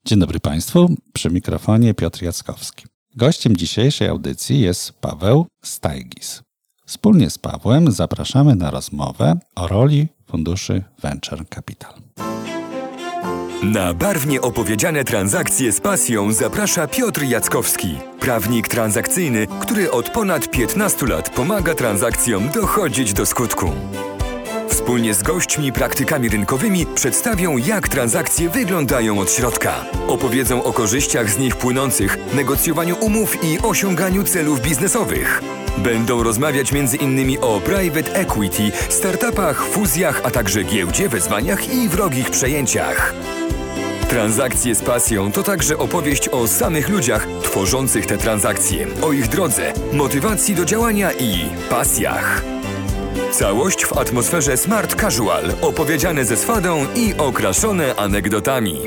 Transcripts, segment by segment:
Dzień dobry Państwu, przy mikrofonie Piotr Jackowski. Gościem dzisiejszej audycji jest Paweł Stajgis. Wspólnie z Pawłem zapraszamy na rozmowę o roli funduszy Venture Capital. Na barwnie opowiedziane transakcje z pasją zaprasza Piotr Jackowski, prawnik transakcyjny, który od ponad 15 lat pomaga transakcjom dochodzić do skutku. Wspólnie z gośćmi, praktykami rynkowymi przedstawią, jak transakcje wyglądają od środka. Opowiedzą o korzyściach z nich płynących, negocjowaniu umów i osiąganiu celów biznesowych. Będą rozmawiać m.in. o private equity, startupach, fuzjach, a także giełdzie, wezwaniach i wrogich przejęciach. Transakcje z pasją to także opowieść o samych ludziach tworzących te transakcje, o ich drodze, motywacji do działania i pasjach. Całość w atmosferze smart casual, opowiedziane ze swadą i okraszone anegdotami.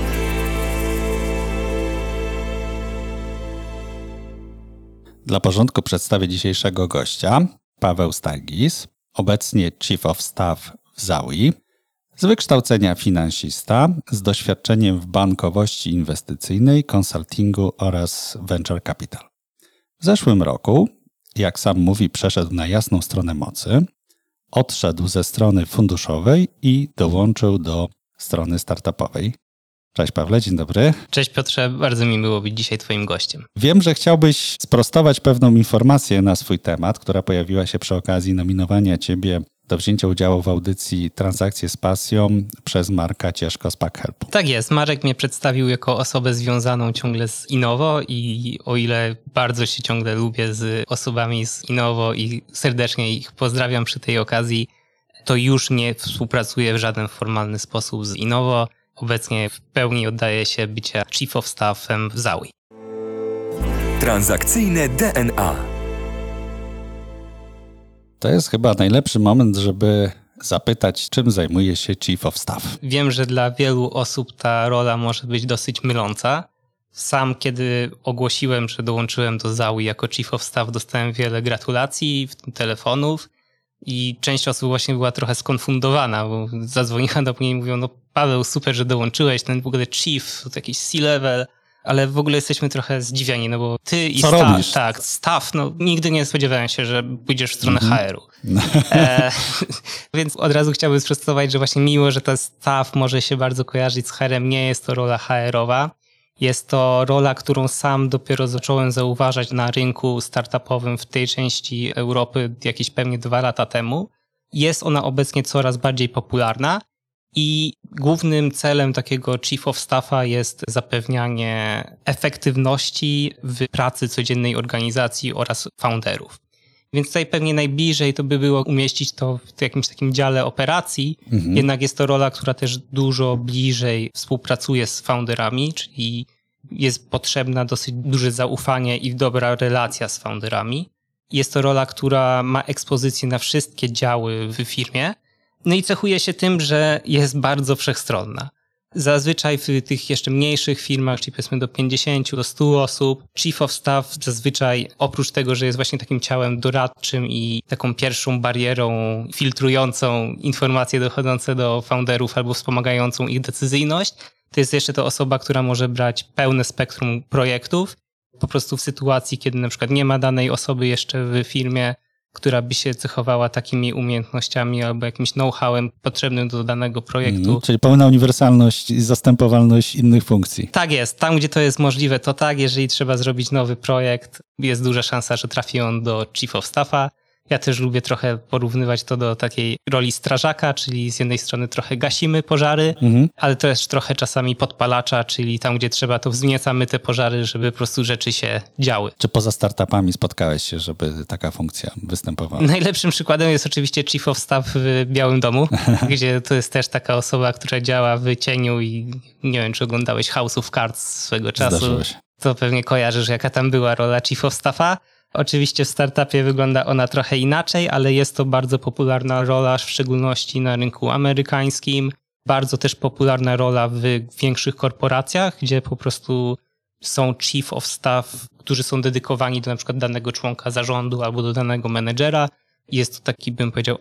Dla porządku przedstawię dzisiejszego gościa, Paweł Stajgis, obecnie Chief of Staff w ZAUI, z wykształcenia finansista, z doświadczeniem w bankowości inwestycyjnej, konsultingu oraz venture capital. W zeszłym roku, jak sam mówi, przeszedł na jasną stronę mocy, odszedł ze strony funduszowej i dołączył do strony startupowej. Cześć Pawle, dzień dobry. Cześć Piotrze, bardzo mi miło być dzisiaj Twoim gościem. Wiem, że chciałbyś sprostować pewną informację na swój temat, która pojawiła się przy okazji nominowania Ciebie do wzięcia udziału w audycji Transakcje z pasją przez Marka Cieszko z PackHelpu. Tak jest, Marek mnie przedstawił jako osobę związaną ciągle z Innovo i o ile bardzo się ciągle lubię z osobami z Innovo i serdecznie ich pozdrawiam przy tej okazji, to już nie współpracuję w żaden formalny sposób z Innovo. Obecnie w pełni oddaję się bycia Chief of Staffem w ZAUI. Transakcyjne DNA. To jest chyba najlepszy moment, żeby zapytać, czym zajmuje się Chief of Staff. Wiem, że dla wielu osób ta rola może być dosyć myląca. Sam, kiedy ogłosiłem, że dołączyłem do ZAUI jako Chief of Staff, dostałem wiele gratulacji, w tym telefonów. I część osób właśnie była trochę skonfundowana, bo zadzwoniła do mnie i mówią, no Paweł, super, że dołączyłeś, ten w ogóle chief, to jakiś C-level, ale w ogóle jesteśmy trochę zdziwieni, no bo ty i staff, no nigdy nie spodziewałem się, że pójdziesz w stronę HR-u. Więc od razu chciałbym sprostować, że właśnie miło, że ten staff może się bardzo kojarzyć z HR-em, nie jest to rola HR-owa. Jest to rola, którą sam dopiero zacząłem zauważać na rynku startupowym w tej części Europy jakieś pewnie 2 lata temu. Jest ona obecnie coraz bardziej popularna i głównym celem takiego Chief of Staffa jest zapewnianie efektywności w pracy codziennej organizacji oraz founderów. Więc tutaj pewnie najbliżej to by było umieścić to w jakimś takim dziale operacji, jednak jest to rola, która też dużo bliżej współpracuje z founderami, czyli jest potrzebna dosyć duże zaufanie i dobra relacja z founderami. Jest to rola, która ma ekspozycję na wszystkie działy w firmie, no i cechuje się tym, że jest bardzo wszechstronna. Zazwyczaj w tych jeszcze mniejszych firmach, czyli powiedzmy do 50, do 100 osób, Chief of Staff zazwyczaj oprócz tego, że jest właśnie takim ciałem doradczym i taką pierwszą barierą filtrującą informacje dochodzące do founderów albo wspomagającą ich decyzyjność, to jest jeszcze to osoba, która może brać pełne spektrum projektów. Po prostu w sytuacji, kiedy na przykład nie ma danej osoby jeszcze w firmie, która by się cechowała takimi umiejętnościami albo jakimś know-howem potrzebnym do danego projektu. Czyli pełna uniwersalność i zastępowalność innych funkcji. Tak jest. Tam, gdzie to jest możliwe, to tak. Jeżeli trzeba zrobić nowy projekt, jest duża szansa, że trafi on do Chief of Staffa. Ja też lubię trochę porównywać to do takiej roli strażaka, czyli z jednej strony trochę gasimy pożary, ale to jest trochę czasami podpalacza, czyli tam, gdzie trzeba, to wzniecamy te pożary, żeby po prostu rzeczy się działy. Czy poza startupami spotkałeś się, żeby taka funkcja występowała? Najlepszym przykładem jest oczywiście Chief of Staff w Białym Domu, gdzie to jest też taka osoba, która działa w cieniu i nie wiem, czy oglądałeś House of Cards swego czasu. Zdarzyło się. To pewnie kojarzysz, jaka tam była rola Chief of Staffa. Oczywiście w startupie wygląda ona trochę inaczej, ale jest to bardzo popularna rola, w szczególności na rynku amerykańskim. Bardzo też popularna rola w większych korporacjach, gdzie po prostu są chief of staff, którzy są dedykowani do na przykład danego członka zarządu albo do danego menedżera. Jest to taki, bym powiedział,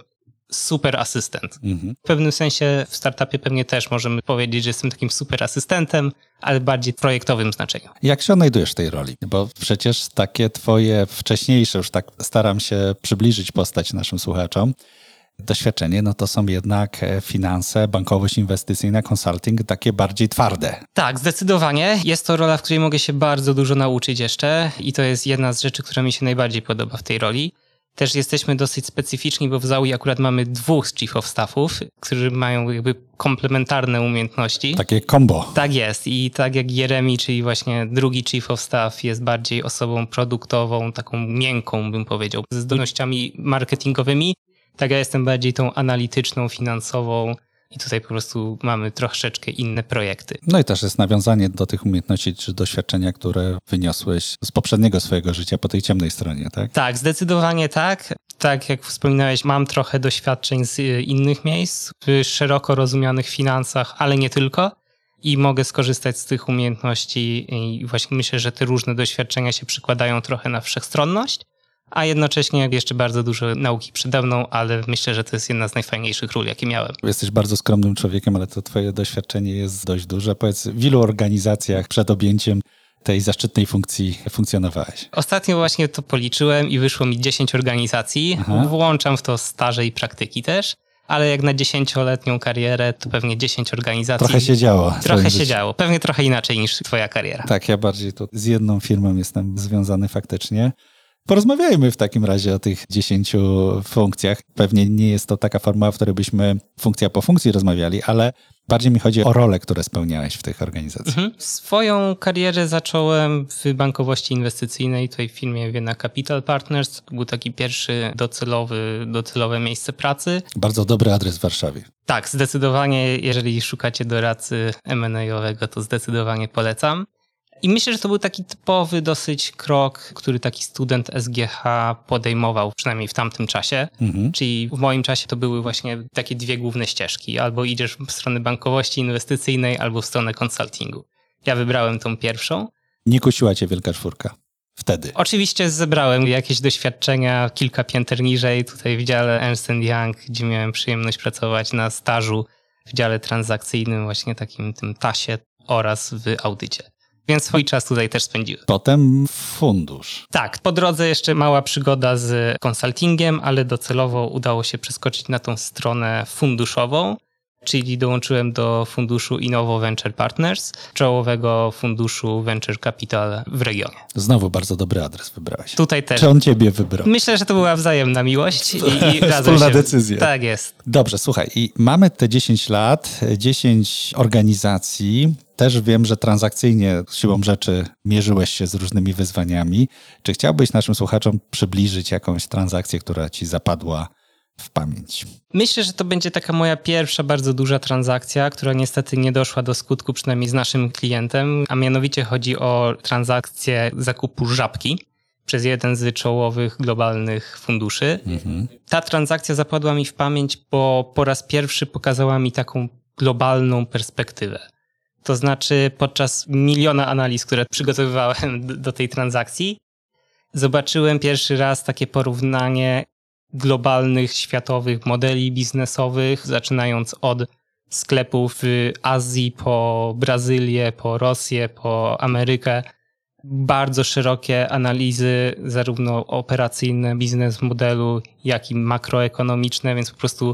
super asystent. Mhm. W pewnym sensie w startupie pewnie też możemy powiedzieć, że jestem takim super asystentem, ale bardziej w projektowym znaczeniu. Jak się odnajdujesz w tej roli? Bo przecież takie twoje wcześniejsze, już tak staram się przybliżyć postać naszym słuchaczom, doświadczenie, no to są jednak finanse, bankowość inwestycyjna, consulting, takie bardziej twarde. Tak, zdecydowanie. Jest to rola, w której mogę się bardzo dużo nauczyć jeszcze i to jest jedna z rzeczy, która mi się najbardziej podoba w tej roli. Też jesteśmy dosyć specyficzni, bo w Zaui akurat mamy 2 chief of staffów, którzy mają jakby komplementarne umiejętności. Takie combo. Tak jest i tak jak Jeremi, czyli właśnie drugi chief of staff jest bardziej osobą produktową, taką miękką bym powiedział, ze zdolnościami marketingowymi, tak ja jestem bardziej tą analityczną, finansową i tutaj po prostu mamy troszeczkę inne projekty. No i też jest nawiązanie do tych umiejętności czy doświadczenia, które wyniosłeś z poprzedniego swojego życia po tej ciemnej stronie, tak? Tak, zdecydowanie tak. Tak jak wspominałeś, mam trochę doświadczeń z innych miejsc w szeroko rozumianych finansach, ale nie tylko. I mogę skorzystać z tych umiejętności i właśnie myślę, że te różne doświadczenia się przykładają trochę na wszechstronność, a jednocześnie jeszcze bardzo dużo nauki przede mną, ale myślę, że to jest jedna z najfajniejszych ról, jakie miałem. Jesteś bardzo skromnym człowiekiem, ale to twoje doświadczenie jest dość duże. Powiedz, w ilu organizacjach przed objęciem tej zaszczytnej funkcji funkcjonowałeś? Ostatnio właśnie to policzyłem i wyszło mi 10 organizacji. Aha. Włączam w to staże i praktyki też, ale jak na 10-letnią karierę, to pewnie 10 organizacji. Trochę się działo. w Trochę twoim się życiu. działo. Pewnie trochę inaczej niż twoja kariera. Tak, ja bardziej tu z jedną firmą jestem związany faktycznie. Porozmawiajmy w takim razie o tych 10 funkcjach. Pewnie nie jest to taka forma, w której byśmy funkcja po funkcji rozmawiali, ale bardziej mi chodzi o role, które spełniałeś w tych organizacjach. Swoją karierę zacząłem w bankowości inwestycyjnej, tutaj w firmie Vienna Capital Partners. To był taki pierwszy docelowe miejsce pracy. Bardzo dobry adres w Warszawie. Tak, zdecydowanie, jeżeli szukacie doradcy M&A-owego, to zdecydowanie polecam. I myślę, że to był taki typowy dosyć krok, który taki student SGH podejmował, przynajmniej w tamtym czasie. Czyli w moim czasie to były właśnie takie 2 główne ścieżki. Albo idziesz w stronę bankowości inwestycyjnej, albo w stronę consultingu. Ja wybrałem tą pierwszą. Nie kusiła cię Wielka Czwórka wtedy. Oczywiście zebrałem jakieś doświadczenia kilka pięter niżej, tutaj w dziale Ernst & Young, gdzie miałem przyjemność pracować na stażu w dziale transakcyjnym, właśnie takim tym TAS-ie oraz w audycie. Więc swój czas tutaj też spędziłem. Potem fundusz. Tak, po drodze jeszcze mała przygoda z konsultingiem, ale docelowo udało się przeskoczyć na tą stronę funduszową, czyli dołączyłem do funduszu Innovo Venture Partners, czołowego funduszu Venture Capital w regionie. Znowu bardzo dobry adres wybrałeś. Tutaj też. Czy on ciebie wybrał? Myślę, że to była wzajemna miłość i razem Wspólna się... decyzja. Tak jest. Dobrze, słuchaj, i mamy te 10 lat, 10 organizacji. Też wiem, że transakcyjnie siłą rzeczy mierzyłeś się z różnymi wyzwaniami. Czy chciałbyś naszym słuchaczom przybliżyć jakąś transakcję, która ci zapadła w pamięć? Myślę, że to będzie taka moja pierwsza bardzo duża transakcja, która niestety nie doszła do skutku, przynajmniej z naszym klientem, a mianowicie chodzi o transakcję zakupu Żabki przez jeden z czołowych globalnych funduszy. Ta transakcja zapadła mi w pamięć, bo po raz pierwszy pokazała mi taką globalną perspektywę. To znaczy podczas miliona analiz, które przygotowywałem do tej transakcji, zobaczyłem pierwszy raz takie porównanie globalnych, światowych modeli biznesowych, zaczynając od sklepów w Azji, po Brazylię, po Rosję, po Amerykę. Bardzo szerokie analizy, zarówno operacyjne, biznes modelu, jak i makroekonomiczne, więc po prostu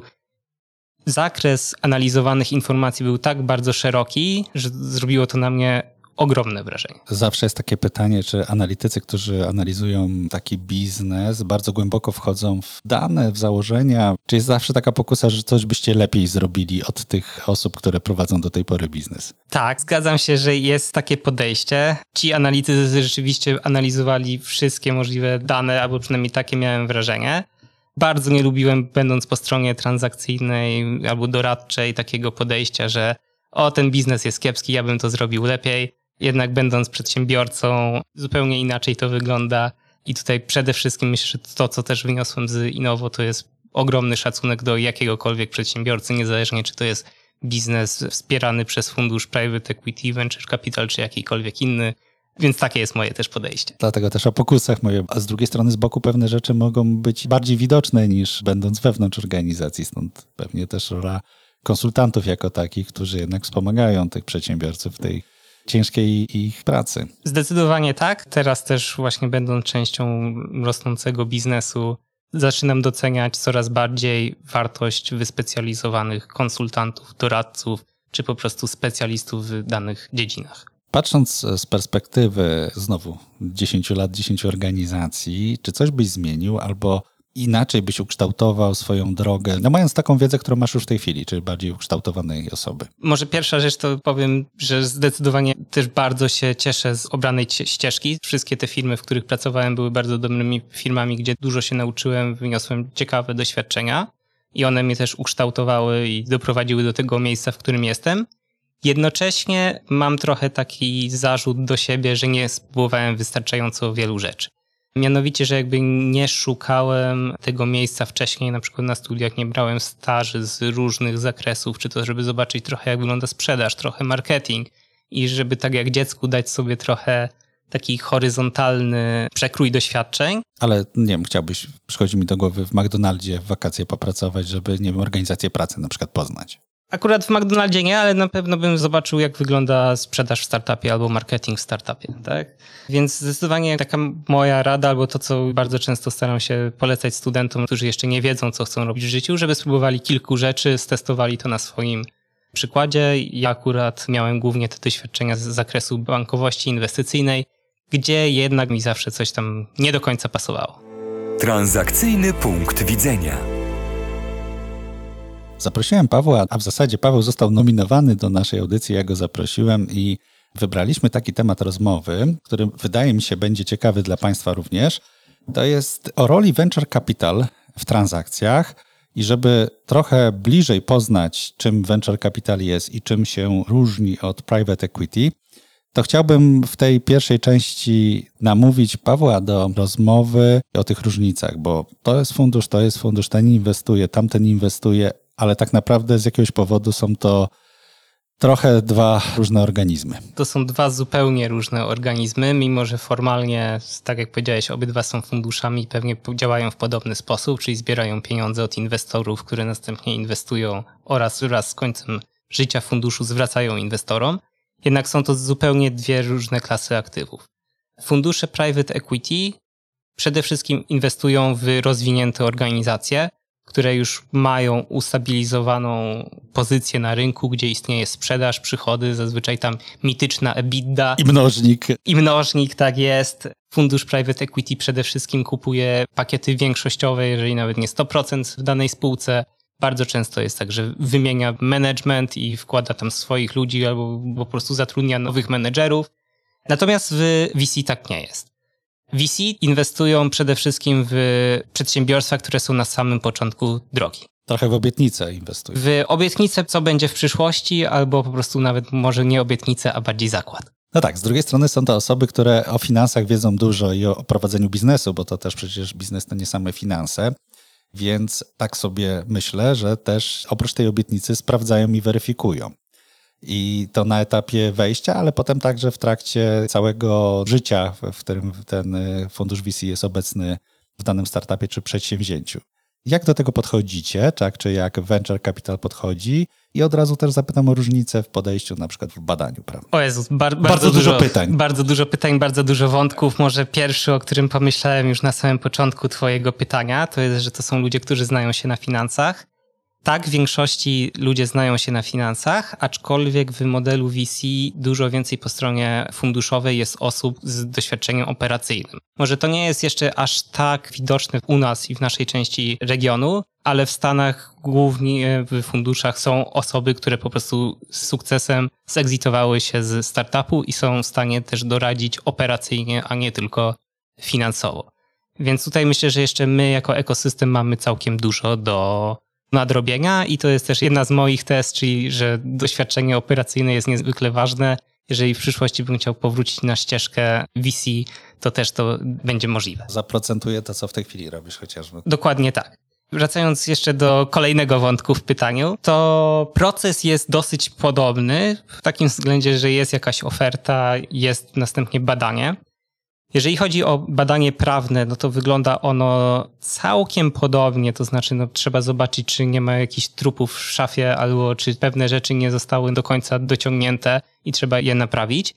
zakres analizowanych informacji był tak bardzo szeroki, że zrobiło to na mnie ogromne wrażenie. Zawsze jest takie pytanie, czy analitycy, którzy analizują taki biznes, bardzo głęboko wchodzą w dane, w założenia. Czy jest zawsze taka pokusa, że coś byście lepiej zrobili od tych osób, które prowadzą do tej pory biznes? Tak, zgadzam się, że jest takie podejście. Ci analitycy rzeczywiście analizowali wszystkie możliwe dane, albo przynajmniej takie miałem wrażenie. Bardzo nie lubiłem, będąc po stronie transakcyjnej albo doradczej, takiego podejścia, że ten biznes jest kiepski, ja bym to zrobił lepiej. Jednak będąc przedsiębiorcą, zupełnie inaczej to wygląda. I tutaj przede wszystkim myślę, że to, co też wyniosłem z Innovo, to jest ogromny szacunek do jakiegokolwiek przedsiębiorcy, niezależnie czy to jest biznes wspierany przez fundusz Private Equity, Venture Capital, czy jakikolwiek inny. Więc takie jest moje też podejście. Dlatego też o pokusach mówię. A z drugiej strony z boku pewne rzeczy mogą być bardziej widoczne niż będąc wewnątrz organizacji. Stąd pewnie też rola konsultantów jako takich, którzy jednak wspomagają tych przedsiębiorców w tej ciężkiej ich pracy. Zdecydowanie tak. Teraz też właśnie będąc częścią rosnącego biznesu, zaczynam doceniać coraz bardziej wartość wyspecjalizowanych konsultantów, doradców, czy po prostu specjalistów w danych dziedzinach. Patrząc z perspektywy znowu 10 lat, 10 organizacji, czy coś byś zmienił albo inaczej byś ukształtował swoją drogę, no mając taką wiedzę, którą masz już w tej chwili, czyli bardziej ukształtowanej osoby? Może pierwsza rzecz to powiem, że zdecydowanie też bardzo się cieszę z obranej ścieżki. Wszystkie te firmy, w których pracowałem, były bardzo dobrymi firmami, gdzie dużo się nauczyłem, wyniosłem ciekawe doświadczenia i one mnie też ukształtowały i doprowadziły do tego miejsca, w którym jestem. Jednocześnie mam trochę taki zarzut do siebie, że nie spróbowałem wystarczająco wielu rzeczy. Mianowicie, że jakby nie szukałem tego miejsca wcześniej, na przykład na studiach nie brałem staży z różnych zakresów, czy to żeby zobaczyć trochę jak wygląda sprzedaż, trochę marketing i żeby tak jak dziecku dać sobie trochę taki horyzontalny przekrój doświadczeń. Ale nie wiem, przychodzi mi do głowy w McDonaldzie w wakacje popracować, żeby, nie wiem, organizację pracy na przykład poznać. Akurat w McDonaldzie nie, ale na pewno bym zobaczył, jak wygląda sprzedaż w startupie albo marketing w startupie, tak? Więc zdecydowanie taka moja rada, albo to, co bardzo często staram się polecać studentom, którzy jeszcze nie wiedzą, co chcą robić w życiu, żeby spróbowali kilku rzeczy, stestowali to na swoim przykładzie. Ja akurat miałem głównie te doświadczenia z zakresu bankowości inwestycyjnej, gdzie jednak mi zawsze coś tam nie do końca pasowało. Transakcyjny punkt widzenia. Zaprosiłem Pawła, a w zasadzie Paweł został nominowany do naszej audycji, ja go zaprosiłem i wybraliśmy taki temat rozmowy, który wydaje mi się będzie ciekawy dla Państwa również. To jest o roli venture capital w transakcjach i żeby trochę bliżej poznać, czym venture capital jest i czym się różni od private equity, to chciałbym w tej pierwszej części namówić Pawła do rozmowy o tych różnicach, bo to jest fundusz, ten inwestuje, tamten inwestuje, ale tak naprawdę z jakiegoś powodu są to trochę dwa różne organizmy. To są dwa zupełnie różne organizmy, mimo że formalnie, tak jak powiedziałeś, obydwa są funduszami i pewnie działają w podobny sposób, czyli zbierają pieniądze od inwestorów, które następnie inwestują oraz wraz z końcem życia funduszu zwracają inwestorom. Jednak są to zupełnie dwie różne klasy aktywów. Fundusze private equity przede wszystkim inwestują w rozwinięte organizacje, które już mają ustabilizowaną pozycję na rynku, gdzie istnieje sprzedaż, przychody, zazwyczaj tam mityczna EBITDA. I mnożnik, tak jest. Fundusz private equity przede wszystkim kupuje pakiety większościowe, jeżeli nawet nie 100% w danej spółce. Bardzo często jest tak, że wymienia management i wkłada tam swoich ludzi albo po prostu zatrudnia nowych menedżerów. Natomiast w VC tak nie jest. VC inwestują przede wszystkim w przedsiębiorstwa, które są na samym początku drogi. Trochę w obietnice inwestują. W obietnice, co będzie w przyszłości, albo po prostu nawet może nie obietnice, a bardziej zakład. No tak, z drugiej strony są to osoby, które o finansach wiedzą dużo i o prowadzeniu biznesu, bo to też przecież biznes to nie same finanse. Więc tak sobie myślę, że też oprócz tej obietnicy sprawdzają i weryfikują. I to na etapie wejścia, ale potem także w trakcie całego życia, w którym ten fundusz VC jest obecny w danym startupie czy przedsięwzięciu. Jak do tego podchodzicie, tak, czy jak venture capital podchodzi? I od razu też zapytam o różnicę w podejściu, na przykład w badaniu, prawda? O Jezus, bardzo dużo pytań. Bardzo dużo pytań, bardzo dużo wątków. Może pierwszy, o którym pomyślałem już na samym początku twojego pytania, to jest, że to są ludzie, którzy znają się na finansach. Tak, w większości ludzie znają się na finansach, aczkolwiek w modelu VC dużo więcej po stronie funduszowej jest osób z doświadczeniem operacyjnym. Może to nie jest jeszcze aż tak widoczne u nas i w naszej części regionu, ale w Stanach głównie w funduszach są osoby, które po prostu z sukcesem zexitowały się z startupu i są w stanie też doradzić operacyjnie, a nie tylko finansowo. Więc tutaj myślę, że jeszcze my jako ekosystem mamy całkiem dużo do nadrobienia i to jest też jedna z moich tez, czyli że doświadczenie operacyjne jest niezwykle ważne. Jeżeli w przyszłości bym chciał powrócić na ścieżkę VC, to też to będzie możliwe. Zaprocentuje to, co w tej chwili robisz chociażby. Dokładnie tak. Wracając jeszcze do kolejnego wątku w pytaniu, to proces jest dosyć podobny w takim względzie, że jest jakaś oferta, jest następnie badanie. Jeżeli chodzi o badanie prawne, no to wygląda ono całkiem podobnie, to znaczy trzeba zobaczyć, czy nie ma jakichś trupów w szafie albo czy pewne rzeczy nie zostały do końca dociągnięte i trzeba je naprawić.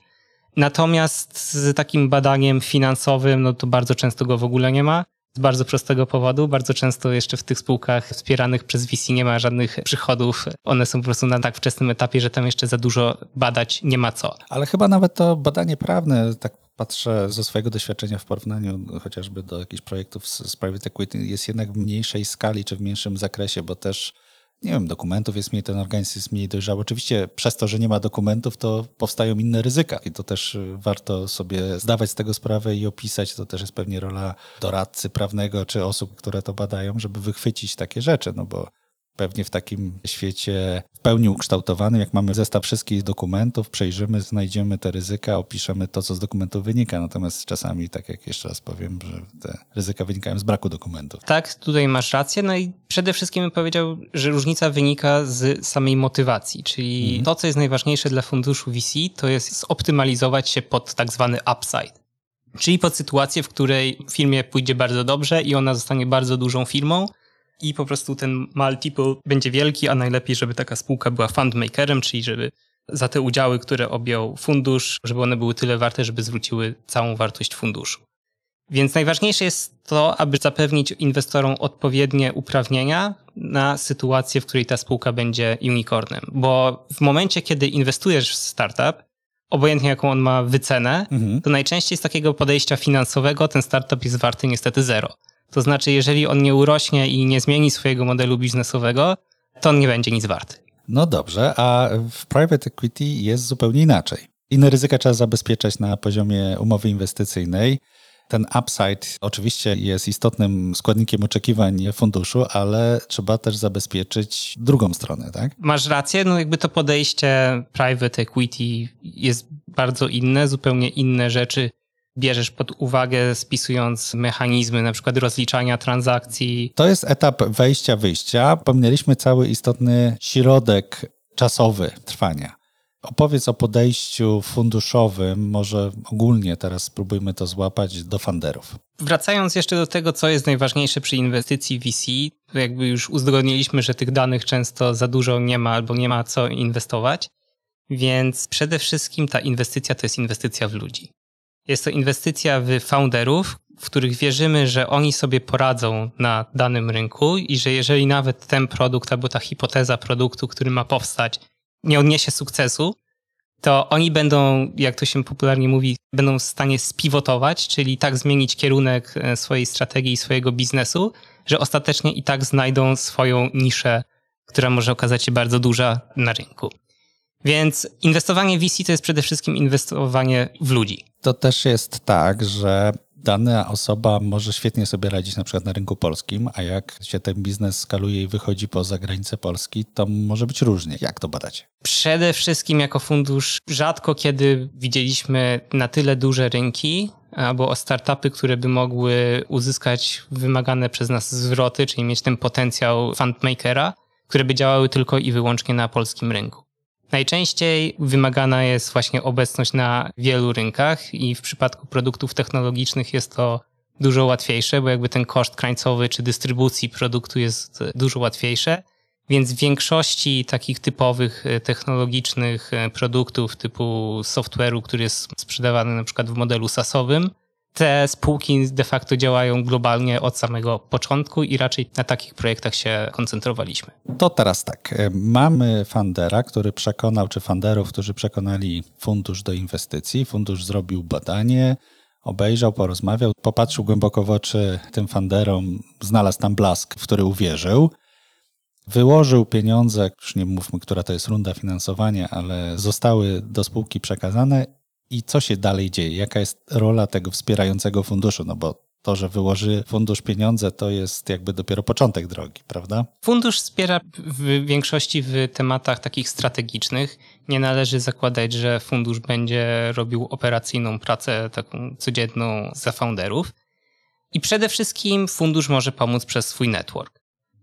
Natomiast z takim badaniem finansowym, no to bardzo często go w ogóle nie ma. Z bardzo prostego powodu. Bardzo często jeszcze w tych spółkach wspieranych przez VC nie ma żadnych przychodów. One są po prostu na tak wczesnym etapie, że tam jeszcze za dużo badać nie ma co. Ale chyba nawet to badanie prawne, tak patrzę ze swojego doświadczenia w porównaniu chociażby do jakichś projektów z private equity, jest jednak w mniejszej skali czy w mniejszym zakresie, bo też nie wiem, dokumentów jest mniej, ten organizm jest mniej dojrzały. Oczywiście przez to, że nie ma dokumentów, to powstają inne ryzyka i to też warto sobie zdawać z tego sprawę i opisać. To też jest pewnie rola doradcy prawnego czy osób, które to badają, żeby wychwycić takie rzeczy, no bo pewnie w takim świecie w pełni ukształtowanym, jak mamy zestaw wszystkich dokumentów, przejrzymy, znajdziemy te ryzyka, opiszemy to, co z dokumentów wynika. Natomiast czasami, tak jak jeszcze raz powiem, że te ryzyka wynikają z braku dokumentów. Tak, tutaj masz rację. No i przede wszystkim bym powiedział, że różnica wynika z samej motywacji, czyli to, co jest najważniejsze dla funduszu VC, to jest zoptymalizować się pod tak zwany upside. Czyli pod sytuację, w której firmie pójdzie bardzo dobrze i ona zostanie bardzo dużą firmą, i po prostu ten multiple będzie wielki, a najlepiej, żeby taka spółka była fundmakerem, czyli żeby za te udziały, które objął fundusz, żeby one były tyle warte, żeby zwróciły całą wartość funduszu. Więc najważniejsze jest to, aby zapewnić inwestorom odpowiednie uprawnienia na sytuację, w której ta spółka będzie unicornem. Bo w momencie, kiedy inwestujesz w startup, obojętnie jaką on ma wycenę, to najczęściej z takiego podejścia finansowego ten startup jest warty niestety zero. To znaczy, jeżeli on nie urośnie i nie zmieni swojego modelu biznesowego, to on nie będzie nic warty. No dobrze, a w private equity jest zupełnie inaczej. Inne ryzyka trzeba zabezpieczać na poziomie umowy inwestycyjnej. Ten upside oczywiście jest istotnym składnikiem oczekiwań funduszu, ale trzeba też zabezpieczyć drugą stronę, tak? Masz rację, no jakby to podejście private equity jest bardzo inne, zupełnie inne rzeczy bierzesz pod uwagę, spisując mechanizmy na przykład rozliczania transakcji. To jest etap wejścia, wyjścia. Pominęliśmy cały istotny środek czasowy trwania. Opowiedz o podejściu funduszowym, może ogólnie teraz spróbujmy to złapać do funderów. Wracając jeszcze do tego, co jest najważniejsze przy inwestycji VC, to jakby już uzgodniliśmy, że tych danych często za dużo nie ma albo nie ma co inwestować, więc przede wszystkim ta inwestycja to jest inwestycja w ludzi. Jest to inwestycja w founderów, w których wierzymy, że oni sobie poradzą na danym rynku i że jeżeli nawet ten produkt albo ta hipoteza produktu, który ma powstać, nie odniesie sukcesu, to oni będą, jak to się popularnie mówi, będą w stanie spivotować, czyli tak zmienić kierunek swojej strategii i swojego biznesu, że ostatecznie i tak znajdą swoją niszę, która może okazać się bardzo duża na rynku. Więc inwestowanie VC to jest przede wszystkim inwestowanie w ludzi. To też jest tak, że dana osoba może świetnie sobie radzić na przykład na rynku polskim, a jak się ten biznes skaluje i wychodzi poza granicę Polski, to może być różnie. Jak to badacie? Przede wszystkim jako fundusz rzadko kiedy widzieliśmy na tyle duże rynki albo startupy, które by mogły uzyskać wymagane przez nas zwroty, czyli mieć ten potencjał fundmakera, które by działały tylko i wyłącznie na polskim rynku. Najczęściej wymagana jest właśnie obecność na wielu rynkach i w przypadku produktów technologicznych jest to dużo łatwiejsze, bo jakby ten koszt krańcowy czy dystrybucji produktu jest dużo łatwiejsze, więc w większości takich typowych technologicznych produktów typu software'u, który jest sprzedawany na przykład w modelu SaaS-owym, te spółki de facto działają globalnie od samego początku i raczej na takich projektach się koncentrowaliśmy. To teraz tak. Mamy fundera, który przekonał, czy funderów, którzy przekonali fundusz do inwestycji. Fundusz zrobił badanie, obejrzał, porozmawiał, popatrzył głęboko w oczy tym funderom, znalazł tam blask, w który uwierzył. Wyłożył pieniądze, już nie mówmy, która to jest runda finansowania, ale zostały do spółki przekazane. I co się dalej dzieje? Jaka jest rola tego wspierającego funduszu? No bo to, że wyłoży fundusz pieniądze, to jest jakby dopiero początek drogi, prawda? Fundusz wspiera w większości w tematach takich strategicznych. Nie należy zakładać, że fundusz będzie robił operacyjną pracę taką codzienną za founderów. I przede wszystkim fundusz może pomóc przez swój network.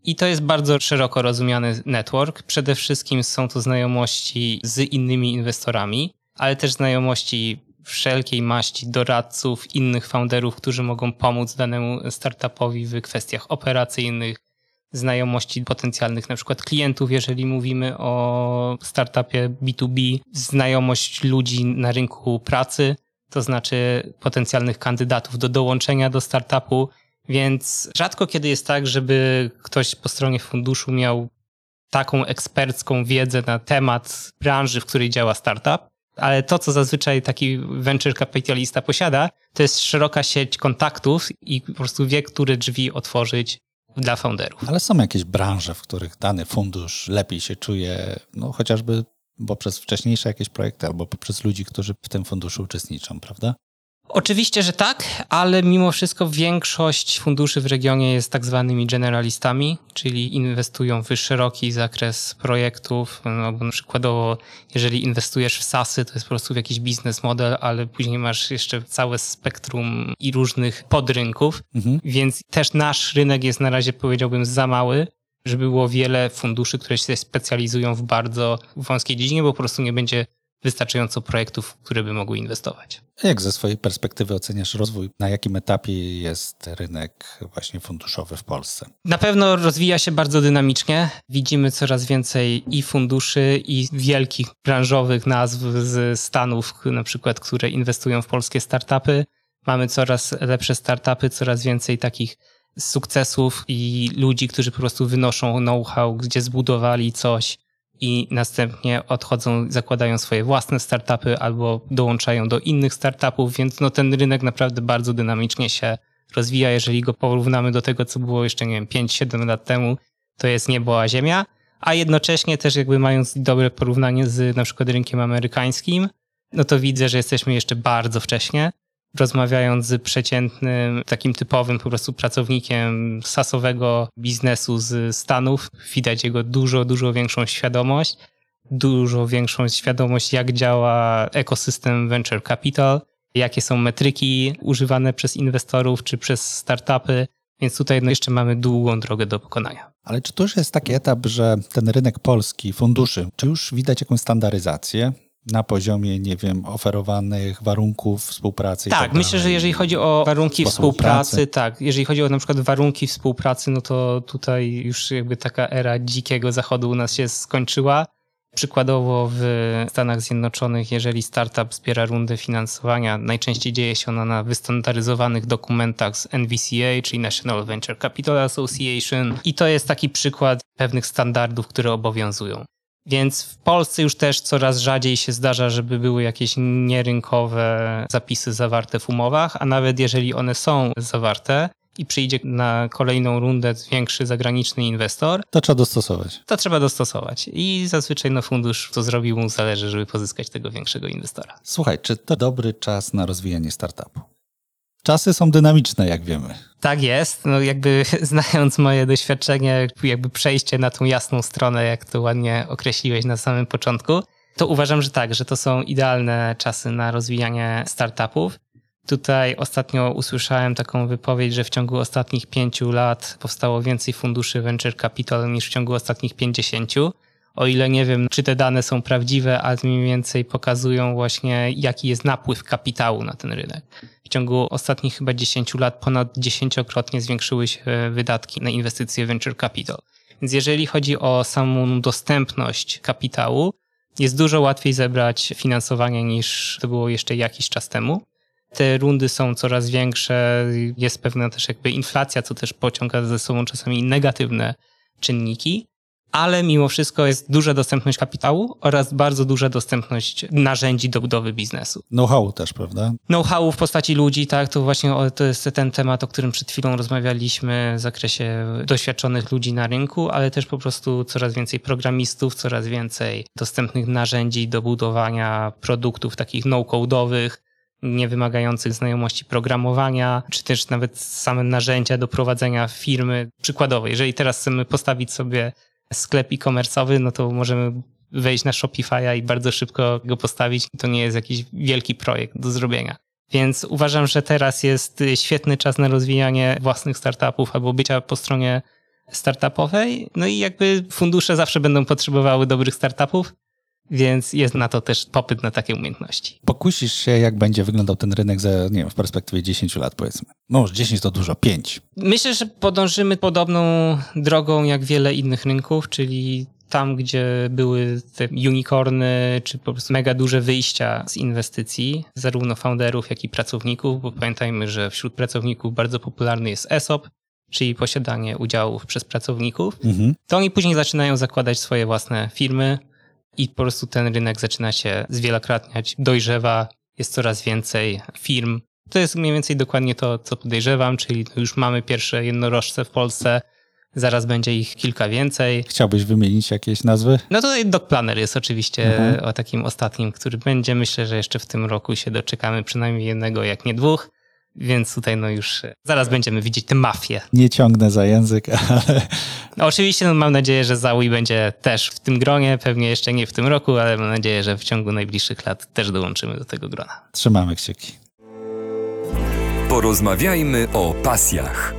I to jest bardzo szeroko rozumiany network. Przede wszystkim są to znajomości z innymi inwestorami, ale też znajomości wszelkiej maści doradców, innych founderów, którzy mogą pomóc danemu startupowi w kwestiach operacyjnych, znajomości potencjalnych na przykład klientów, jeżeli mówimy o startupie B2B, znajomość ludzi na rynku pracy, to znaczy potencjalnych kandydatów do dołączenia do startupu, więc rzadko kiedy jest tak, żeby ktoś po stronie funduszu miał taką ekspercką wiedzę na temat branży, w której działa startup, ale to, co zazwyczaj taki venture capitalista posiada, to jest szeroka sieć kontaktów i po prostu wie, które drzwi otworzyć dla founderów. Ale są jakieś branże, w których dany fundusz lepiej się czuje, no chociażby poprzez wcześniejsze jakieś projekty albo poprzez ludzi, którzy w tym funduszu uczestniczą, prawda? Oczywiście, że tak, ale mimo wszystko większość funduszy w regionie jest tak zwanymi generalistami, czyli inwestują w szeroki zakres projektów. No, bo przykładowo, jeżeli inwestujesz w SaaSy, to jest po prostu jakiś biznes model, ale później masz jeszcze całe spektrum i różnych podrynków, więc też nasz rynek jest na razie, powiedziałbym, za mały, żeby było wiele funduszy, które się specjalizują w bardzo wąskiej dziedzinie, bo po prostu nie będzie wystarczająco projektów, które by mogły inwestować. Jak ze swojej perspektywy oceniasz rozwój? Na jakim etapie jest rynek właśnie funduszowy w Polsce? Na pewno rozwija się bardzo dynamicznie. Widzimy coraz więcej i funduszy, i wielkich branżowych nazw z Stanów, na przykład, które inwestują w polskie startupy. Mamy coraz lepsze startupy, coraz więcej takich sukcesów i ludzi, którzy po prostu wynoszą know-how, gdzie zbudowali coś i następnie odchodzą, zakładają swoje własne startupy albo dołączają do innych startupów, więc no ten rynek naprawdę bardzo dynamicznie się rozwija. Jeżeli go porównamy do tego, co było jeszcze, nie wiem, 5-7 lat temu, to jest niebo a ziemia, a jednocześnie też jakby mając dobre porównanie z na przykład rynkiem amerykańskim, no to widzę, że jesteśmy jeszcze bardzo wcześnie. Rozmawiając z przeciętnym, takim typowym po prostu pracownikiem SaaS-owego biznesu z Stanów, widać jego dużo większą świadomość, jak działa ekosystem venture capital, jakie są metryki używane przez inwestorów czy przez startupy, więc tutaj jeszcze mamy długą drogę do pokonania. Ale czy to już jest taki etap, że ten rynek polski, funduszy, czy już widać jakąś standaryzację na poziomie, nie wiem, oferowanych warunków współpracy? Tak, myślę, że jeżeli chodzi o warunki współpracy, tak, jeżeli chodzi o na przykład warunki współpracy, no to tutaj już jakby taka era dzikiego zachodu u nas się skończyła. Przykładowo w Stanach Zjednoczonych, jeżeli startup zbiera rundę finansowania, najczęściej dzieje się ona na wystandaryzowanych dokumentach z NVCA, czyli National Venture Capital Association, i to jest taki przykład pewnych standardów, które obowiązują. Więc w Polsce już też coraz rzadziej się zdarza, żeby były jakieś nierynkowe zapisy zawarte w umowach, a nawet jeżeli one są zawarte i przyjdzie na kolejną rundę większy zagraniczny inwestor, to trzeba dostosować. To trzeba dostosować. I zazwyczaj fundusz to zrobił, mu zależy, żeby pozyskać tego większego inwestora. Słuchaj, czy to dobry czas na rozwijanie startupu? Czasy są dynamiczne, jak wiemy. Tak jest. No jakby znając moje doświadczenie, jakby przejście na tą jasną stronę, jak to ładnie określiłeś na samym początku, to uważam, że tak, że to są idealne czasy na rozwijanie startupów. Tutaj ostatnio usłyszałem taką wypowiedź, że w ciągu ostatnich 5 lat powstało więcej funduszy venture capital niż w ciągu ostatnich 50. O ile nie wiem, czy te dane są prawdziwe, ale mniej więcej pokazują właśnie, jaki jest napływ kapitału na ten rynek. W ciągu ostatnich chyba 10 lat ponad 10-krotnie zwiększyły się wydatki na inwestycje venture capital. Więc jeżeli chodzi o samą dostępność kapitału, jest dużo łatwiej zebrać finansowanie niż to było jeszcze jakiś czas temu. Te rundy są coraz większe, jest pewna też jakby inflacja, co też pociąga ze sobą czasami negatywne czynniki, ale mimo wszystko jest duża dostępność kapitału oraz bardzo duża dostępność narzędzi do budowy biznesu. Know-how też, prawda? Know-how w postaci ludzi, tak, to właśnie to jest ten temat, o którym przed chwilą rozmawialiśmy w zakresie doświadczonych ludzi na rynku, ale też po prostu coraz więcej programistów, coraz więcej dostępnych narzędzi do budowania produktów takich no-code'owych, nie wymagających znajomości programowania, czy też nawet same narzędzia do prowadzenia firmy. Przykładowo, jeżeli teraz chcemy postawić sobie sklep e-commerce'owy, no to możemy wejść na Shopify'a i bardzo szybko go postawić. To nie jest jakiś wielki projekt do zrobienia. Więc uważam, że teraz jest świetny czas na rozwijanie własnych startupów albo bycia po stronie startupowej. No i jakby fundusze zawsze będą potrzebowały dobrych startupów, więc jest na to też popyt na takie umiejętności. Pokusisz się, jak będzie wyglądał ten rynek za, nie wiem, w perspektywie 10 lat, powiedzmy. No, 10 to dużo, 5. Myślę, że podążymy podobną drogą jak wiele innych rynków, czyli tam, gdzie były te unicorny, czy po prostu mega duże wyjścia z inwestycji, zarówno founderów, jak i pracowników, bo pamiętajmy, że wśród pracowników bardzo popularny jest ESOP, czyli posiadanie udziałów przez pracowników, to oni później zaczynają zakładać swoje własne firmy i po prostu ten rynek zaczyna się zwielokrotniać, dojrzewa, jest coraz więcej firm. To jest mniej więcej dokładnie to, co podejrzewam, czyli już mamy pierwsze jednorożce w Polsce, zaraz będzie ich kilka więcej. Chciałbyś wymienić jakieś nazwy? No tutaj DocPlanner jest oczywiście o takim ostatnim, który będzie. Myślę, że jeszcze w tym roku się doczekamy przynajmniej jednego, jak nie dwóch. Więc tutaj no już zaraz będziemy widzieć tę mafię. Nie ciągnę za język, ale... No oczywiście mam nadzieję, że Zaui będzie też w tym gronie, pewnie jeszcze nie w tym roku, ale mam nadzieję, że w ciągu najbliższych lat też dołączymy do tego grona. Trzymamy kciuki. Porozmawiajmy o pasjach.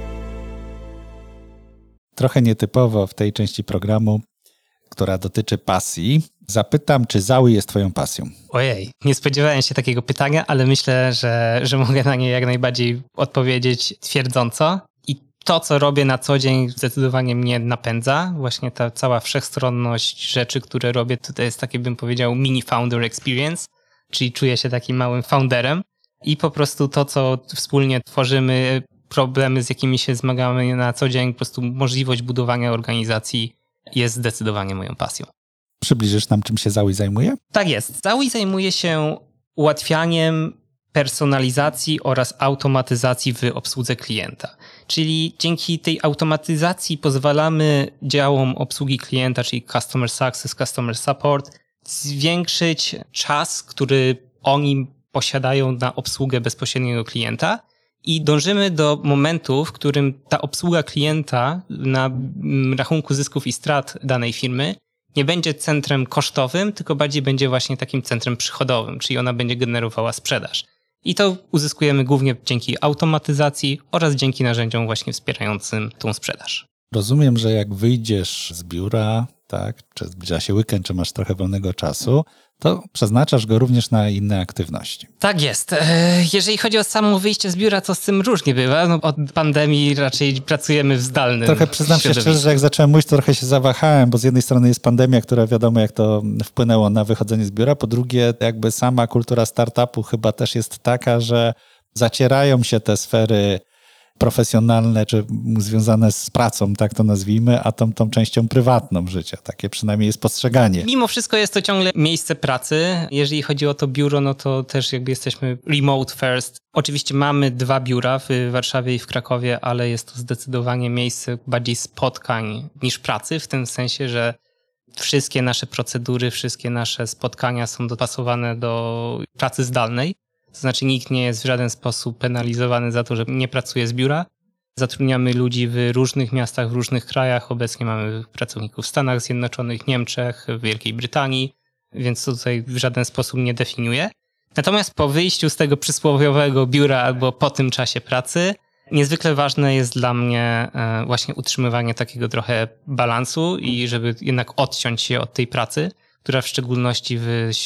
Trochę nietypowo w tej części programu, która dotyczy pasji, zapytam, czy Zaui jest twoją pasją? Ojej, nie spodziewałem się takiego pytania, ale myślę, że mogę na nie jak najbardziej odpowiedzieć twierdząco. I to, co robię na co dzień, zdecydowanie mnie napędza. Właśnie ta cała wszechstronność rzeczy, które robię, to jest takie, bym powiedział, mini founder experience, czyli czuję się takim małym founderem i po prostu to, co wspólnie tworzymy, problemy, z jakimi się zmagamy na co dzień, po prostu możliwość budowania organizacji jest zdecydowanie moją pasją. Przybliżysz nam, czym się Zaui zajmuje? Tak jest. Zaui zajmuje się ułatwianiem personalizacji oraz automatyzacji w obsłudze klienta. Czyli dzięki tej automatyzacji pozwalamy działom obsługi klienta, czyli Customer Success, Customer Support, zwiększyć czas, który oni posiadają na obsługę bezpośredniego klienta i dążymy do momentu, w którym ta obsługa klienta na rachunku zysków i strat danej firmy nie będzie centrem kosztowym, tylko bardziej będzie właśnie takim centrem przychodowym, czyli ona będzie generowała sprzedaż. I to uzyskujemy głównie dzięki automatyzacji oraz dzięki narzędziom właśnie wspierającym tą sprzedaż. Rozumiem, że jak wyjdziesz z biura, tak, czy zbliża się weekend, czy masz trochę wolnego czasu, to przeznaczasz go również na inne aktywności. Tak jest. Jeżeli chodzi o samo wyjście z biura, to z tym różnie bywa. No, od pandemii raczej pracujemy w zdalnym Trochę przyznam się szczerze, że jak zacząłem mówić, to trochę się zawahałem, bo z jednej strony jest pandemia, która wiadomo jak to wpłynęło na wychodzenie z biura, po drugie jakby sama kultura startupu chyba też jest taka, że zacierają się te sfery profesjonalne, czy związane z pracą, tak to nazwijmy, a tą częścią prywatną życia. Takie przynajmniej jest postrzeganie. Mimo wszystko jest to ciągle miejsce pracy. Jeżeli chodzi o to biuro, no to też jakby jesteśmy remote first. Oczywiście mamy 2 biura w Warszawie i w Krakowie, ale jest to zdecydowanie miejsce bardziej spotkań niż pracy, w tym sensie, że wszystkie nasze procedury, wszystkie nasze spotkania są dopasowane do pracy zdalnej. To znaczy nikt nie jest w żaden sposób penalizowany za to, że nie pracuje z biura. Zatrudniamy ludzi w różnych miastach, w różnych krajach. Obecnie mamy pracowników w Stanach Zjednoczonych, Niemczech, w Wielkiej Brytanii, więc to tutaj w żaden sposób nie definiuje. Natomiast po wyjściu z tego przysłowiowego biura albo po tym czasie pracy, niezwykle ważne jest dla mnie właśnie utrzymywanie takiego trochę balansu i żeby jednak odciąć się od tej pracy, która w szczególności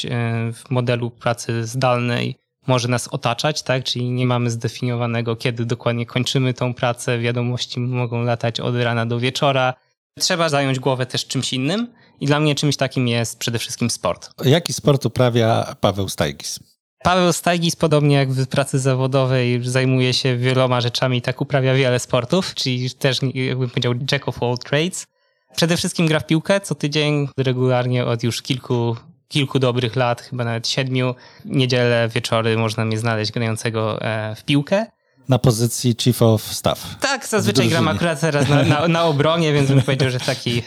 w modelu pracy zdalnej może nas otaczać, tak? Czyli nie mamy zdefiniowanego, kiedy dokładnie kończymy tą pracę. Wiadomości mogą latać od rana do wieczora. Trzeba zająć głowę też czymś innym i dla mnie czymś takim jest przede wszystkim sport. Jaki sport uprawia Paweł Stajgis? Paweł Stajgis, podobnie jak w pracy zawodowej, zajmuje się wieloma rzeczami, tak uprawia wiele sportów, czyli też, jakbym powiedział, jack of all trades. Przede wszystkim gra w piłkę co tydzień, regularnie od już kilku dobrych lat, chyba nawet 7. Niedzielę, wieczory można mnie znaleźć grającego w piłkę. Na pozycji Chief of Staff. Tak, zazwyczaj gram akurat teraz na obronie, więc bym powiedział, że taki...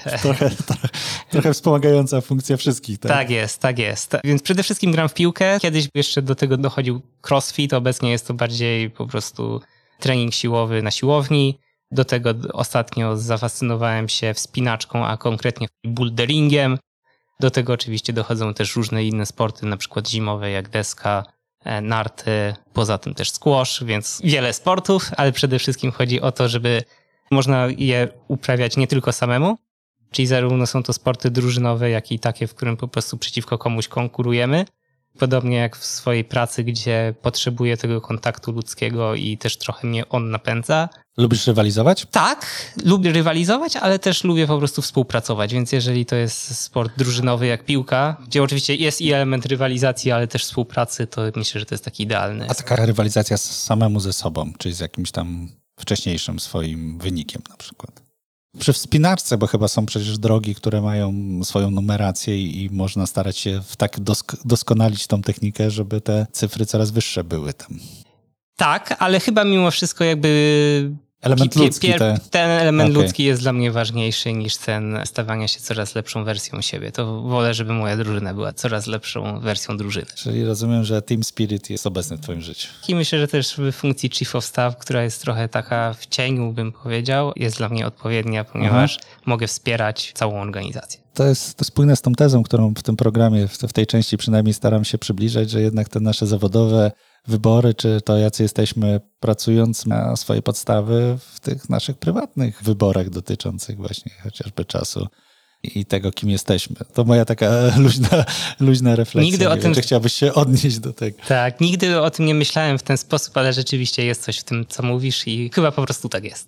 Trochę wspomagająca funkcja wszystkich. Tak? Tak jest. Więc przede wszystkim gram w piłkę. Kiedyś jeszcze do tego dochodził crossfit, obecnie jest to bardziej po prostu trening siłowy na siłowni. Do tego ostatnio zafascynowałem się wspinaczką, a konkretnie boulderingiem. Do tego oczywiście dochodzą też różne inne sporty, na przykład zimowe jak deska, narty, poza tym też squash, więc wiele sportów, ale przede wszystkim chodzi o to, żeby Można je uprawiać nie tylko samemu, czyli zarówno są to sporty drużynowe, jak i takie, w którym po prostu przeciwko komuś konkurujemy. Podobnie jak w swojej pracy, gdzie potrzebuję tego kontaktu ludzkiego i też trochę mnie on napędza. Lubisz rywalizować? Tak, lubię rywalizować, ale też lubię po prostu współpracować, więc jeżeli to jest sport drużynowy jak piłka, gdzie oczywiście jest i element rywalizacji, ale też współpracy, to myślę, że to jest taki idealny. A taka rywalizacja samemu ze sobą, czyli z jakimś tam wcześniejszym swoim wynikiem na przykład. Przy wspinaczce, bo chyba są przecież drogi, które mają swoją numerację i można starać się tak doskonalić tą technikę, żeby te cyfry coraz wyższe były tam. Tak, ale chyba mimo wszystko jakby Element ludzki. Ten element ludzki jest dla mnie ważniejszy niż ten stawania się coraz lepszą wersją siebie. To wolę, żeby moja drużyna była coraz lepszą wersją drużyny. Czyli rozumiem, że team spirit jest obecny w twoim życiu. I myślę, że też w funkcji Chief of Staff, która jest trochę taka w cieniu, bym powiedział, jest dla mnie odpowiednia, ponieważ mogę wspierać całą organizację. To jest spójne z tą tezą, którą w tym programie, w tej części przynajmniej staram się przybliżać, że jednak te nasze zawodowe wybory, czy to jacy jesteśmy pracując na swoje podstawy w tych naszych prywatnych wyborach dotyczących właśnie chociażby czasu i tego, kim jesteśmy. To moja taka luźna refleksja. Nigdy o tym... Czy chciałbyś się odnieść do tego? Tak, nigdy o tym nie myślałem w ten sposób, ale rzeczywiście jest coś w tym, co mówisz i chyba po prostu tak jest.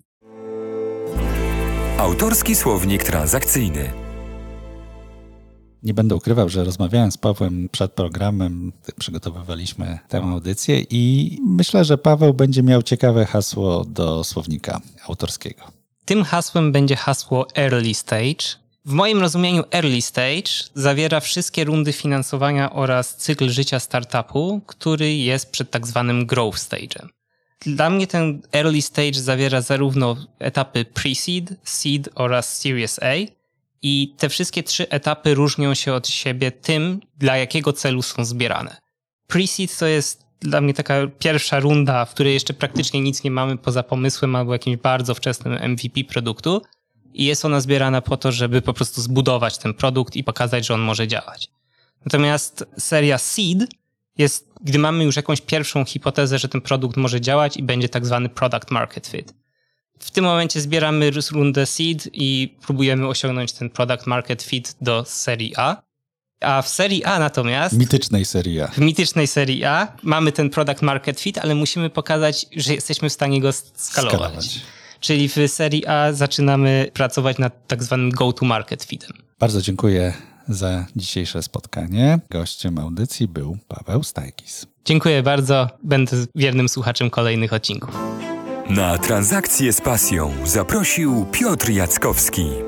Autorski słownik transakcyjny. Nie będę ukrywał, że rozmawiałem z Pawłem przed programem, przygotowywaliśmy tę audycję i myślę, że Paweł będzie miał ciekawe hasło do słownika autorskiego. Tym hasłem będzie hasło Early Stage. W moim rozumieniu Early Stage zawiera wszystkie rundy finansowania oraz cykl życia startupu, który jest przed tak zwanym Growth Stage'em. Dla mnie ten Early Stage zawiera zarówno etapy Pre-Seed, Seed oraz Series A i te wszystkie 3 etapy różnią się od siebie tym, dla jakiego celu są zbierane. Pre-Seed to jest dla mnie taka pierwsza runda, w której jeszcze praktycznie nic nie mamy poza pomysłem albo jakimś bardzo wczesnym MVP produktu i jest ona zbierana po to, żeby po prostu zbudować ten produkt i pokazać, że on może działać. Natomiast seria Seed jest, gdy mamy już jakąś pierwszą hipotezę, że ten produkt może działać i będzie tak zwany product market fit. W tym momencie zbieramy rundę Seed i próbujemy osiągnąć ten product market fit do serii A. A w serii A natomiast... W mitycznej serii A mamy ten product market fit, ale musimy pokazać, że jesteśmy w stanie go skalować. Czyli w serii A zaczynamy pracować nad tak zwanym go-to-market fitem. Bardzo dziękuję za dzisiejsze spotkanie. Gościem audycji był Paweł Stajkis. Dziękuję bardzo. Będę wiernym słuchaczem kolejnych odcinków. Na transakcje z pasją zaprosił Piotr Jackowski.